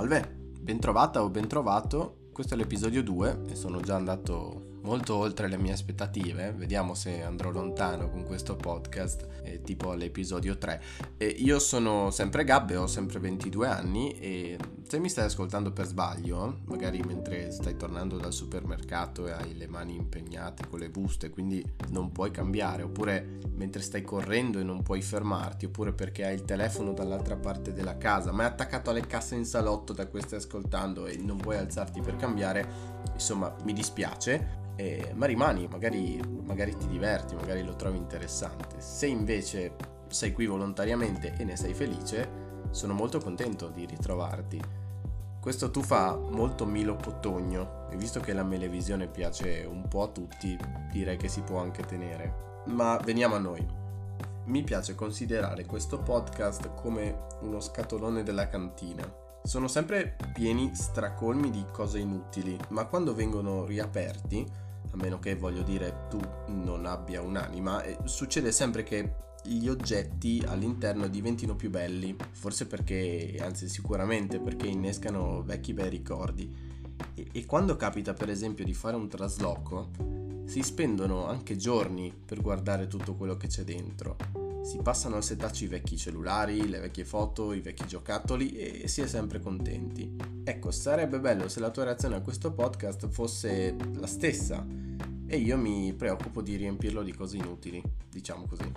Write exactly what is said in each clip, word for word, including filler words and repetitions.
Salve, bentrovata o bentrovato, questo è l'episodio due e sono già andato molto oltre le mie aspettative, vediamo se andrò lontano con questo podcast, eh, tipo all'episodio tre. E io sono sempre Gabbe, ho sempre ventidue anni e se mi stai ascoltando per sbaglio, magari mentre stai tornando dal supermercato e hai le mani impegnate con le buste, quindi non puoi cambiare, oppure mentre stai correndo e non puoi fermarti, oppure perché hai il telefono dall'altra parte della casa, ma è attaccato alle casse in salotto da cui stai ascoltando e non puoi alzarti per cambiare, insomma mi dispiace. Eh, ma rimani, magari, magari ti diverti, magari lo trovi interessante. Se invece sei qui volontariamente e ne sei felice, sono molto contento di ritrovarti. Questo tu fa molto Milo Cotogno e visto che la melevisione piace un po' a tutti, direi che si può anche tenere. Ma veniamo a noi. Mi piace considerare questo podcast come uno scatolone della cantina. Sono sempre pieni stracolmi di cose inutili, ma quando vengono riaperti, a meno che, voglio dire, tu non abbia un'anima, eh, succede sempre che gli oggetti all'interno diventino più belli, forse perché, anzi sicuramente perché innescano vecchi bei ricordi. E, e quando capita per esempio di fare un trasloco, si spendono anche giorni per guardare tutto quello che c'è dentro. Si passano al setaccio i vecchi cellulari, le vecchie foto, i vecchi giocattoli e si è sempre contenti. Ecco, sarebbe bello se la tua reazione a questo podcast fosse la stessa e io mi preoccupo di riempirlo di cose inutili, diciamo così.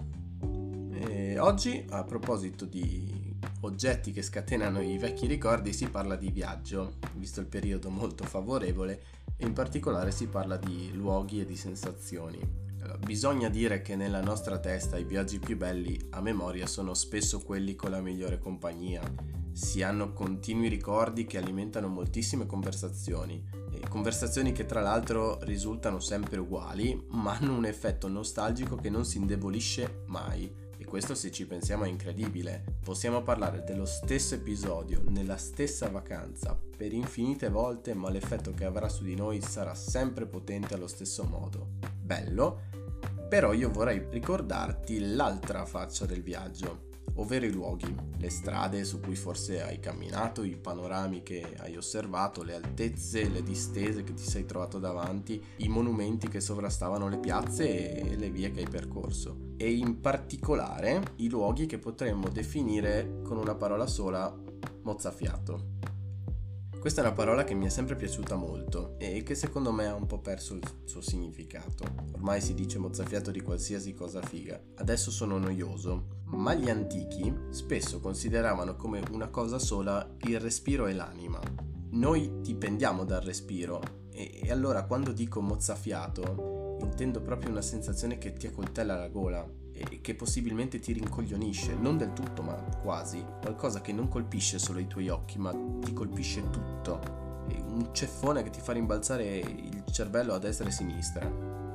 E oggi, a proposito di oggetti che scatenano i vecchi ricordi, si parla di viaggio, visto il periodo molto favorevole, e in particolare si parla di luoghi e di sensazioni. Bisogna dire che nella nostra testa i viaggi più belli a memoria sono spesso quelli con la migliore compagnia. Si hanno continui ricordi che alimentano moltissime conversazioni, e conversazioni che tra l'altro risultano sempre uguali, ma hanno un effetto nostalgico che non si indebolisce mai. E questo, se ci pensiamo, è incredibile. Possiamo parlare dello stesso episodio nella stessa vacanza per infinite volte, ma l'effetto che avrà su di noi sarà sempre potente allo stesso modo. Bello, però io vorrei ricordarti l'altra faccia del viaggio, ovvero i luoghi, le strade su cui forse hai camminato, i panorami che hai osservato, le altezze, le distese che ti sei trovato davanti, i monumenti che sovrastavano le piazze e le vie che hai percorso. E in particolare i luoghi che potremmo definire con una parola sola: mozzafiato. Questa è una parola che mi è sempre piaciuta molto e che secondo me ha un po' perso il suo significato. Ormai si dice mozzafiato di qualsiasi cosa figa. Adesso sono noioso, ma gli antichi spesso consideravano come una cosa sola il respiro e l'anima. Noi dipendiamo dal respiro e, e allora quando dico mozzafiato intendo proprio una sensazione che ti accoltella la gola e che possibilmente ti rincoglionisce, non del tutto ma quasi, qualcosa che non colpisce solo i tuoi occhi ma ti colpisce tutto, un ceffone che ti fa rimbalzare il cervello a destra e a sinistra.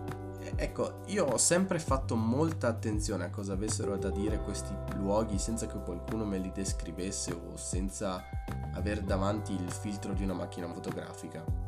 Ecco, io ho sempre fatto molta attenzione a cosa avessero da dire questi luoghi senza che qualcuno me li descrivesse o senza aver davanti il filtro di una macchina fotografica.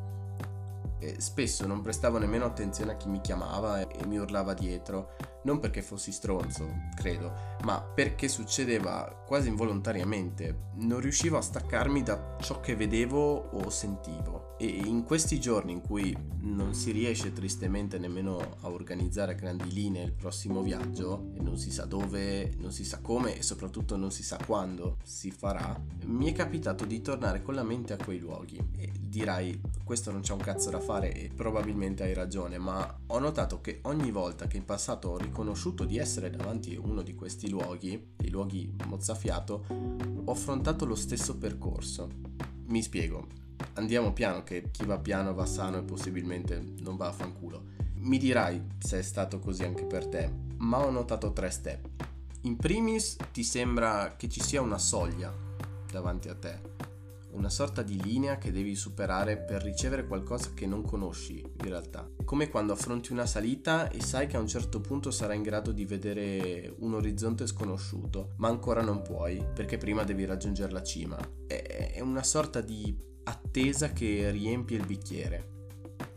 E spesso non prestavo nemmeno attenzione a chi mi chiamava e mi urlava dietro, non perché fossi stronzo, credo, ma perché succedeva quasi involontariamente. Non riuscivo a staccarmi da ciò che vedevo o sentivo. E in questi giorni in cui non si riesce tristemente nemmeno a organizzare a grandi linee il prossimo viaggio, e non si sa dove, non si sa come e soprattutto non si sa quando si farà, mi è capitato di tornare con la mente a quei luoghi. E dirai, questo non c'è un cazzo da fare, e probabilmente hai ragione, ma ho notato che ogni volta che in passato ho riconosciuto di essere davanti a uno di questi luoghi, dei luoghi mozzafiato, ho affrontato lo stesso percorso. Mi spiego, andiamo piano, che chi va piano va sano e possibilmente non va a fanculo. Mi dirai se è stato così anche per te, ma ho notato tre step. In primis ti sembra che ci sia una soglia davanti a te, una sorta di linea che devi superare per ricevere qualcosa che non conosci in realtà. Come quando affronti una salita e sai che a un certo punto sarai in grado di vedere un orizzonte sconosciuto, ma ancora non puoi perché prima devi raggiungere la cima. È una sorta di attesa che riempie il bicchiere.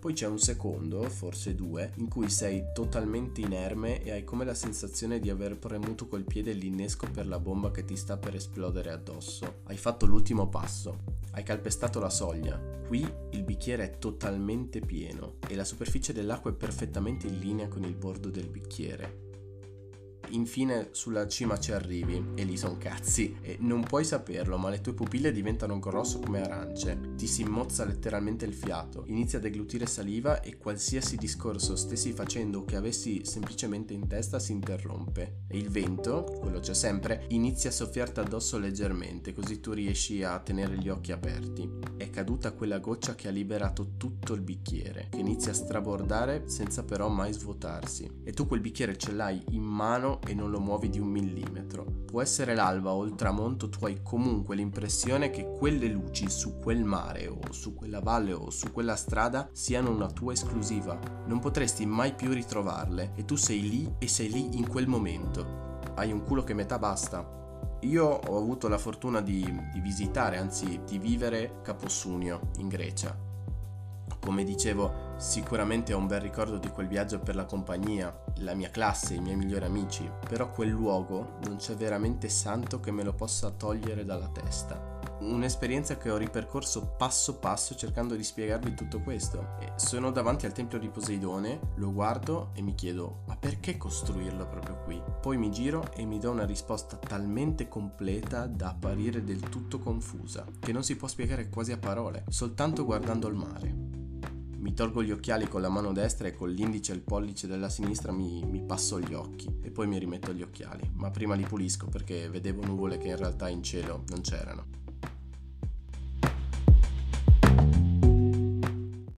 Poi c'è un secondo, forse due, in cui sei totalmente inerme e hai come la sensazione di aver premuto col piede l'innesco per la bomba che ti sta per esplodere addosso. Hai fatto l'ultimo passo, hai calpestato la soglia. Qui il bicchiere è totalmente pieno e la superficie dell'acqua è perfettamente in linea con il bordo del bicchiere. Infine sulla cima ci arrivi e lì son cazzi e non puoi saperlo, ma le tue pupille diventano grosso come arance, ti si mozza letteralmente il fiato, inizi a deglutire saliva e qualsiasi discorso stessi facendo o che avessi semplicemente in testa si interrompe e il vento, quello c'è sempre, inizia a soffiarti addosso leggermente, così tu riesci a tenere gli occhi aperti. È caduta quella goccia che ha liberato tutto il bicchiere, che inizia a strabordare senza però mai svuotarsi, e tu quel bicchiere ce l'hai in mano e non lo muovi di un millimetro. Può essere l'alba o il tramonto, tu hai comunque l'impressione che quelle luci su quel mare o su quella valle o su quella strada siano una tua esclusiva. Non potresti mai più ritrovarle e tu sei lì e sei lì in quel momento. Hai un culo che metà basta. Io ho avuto la fortuna di, di visitare, anzi di vivere Caposunio in Grecia. Come dicevo, sicuramente ho un bel ricordo di quel viaggio per la compagnia, la mia classe, i miei migliori amici, però quel luogo non c'è veramente santo che me lo possa togliere dalla testa. Un'esperienza che ho ripercorso passo passo cercando di spiegarvi tutto questo. E sono davanti al tempio di Poseidone, lo guardo e mi chiedo: ma perché costruirlo proprio qui? Poi mi giro e mi do una risposta talmente completa da apparire del tutto confusa, che non si può spiegare quasi a parole, soltanto guardando il mare. Mi tolgo gli occhiali con la mano destra e con l'indice e il pollice della sinistra mi, mi passo gli occhi e poi mi rimetto gli occhiali, ma prima li pulisco perché vedevo nuvole che in realtà in cielo non c'erano.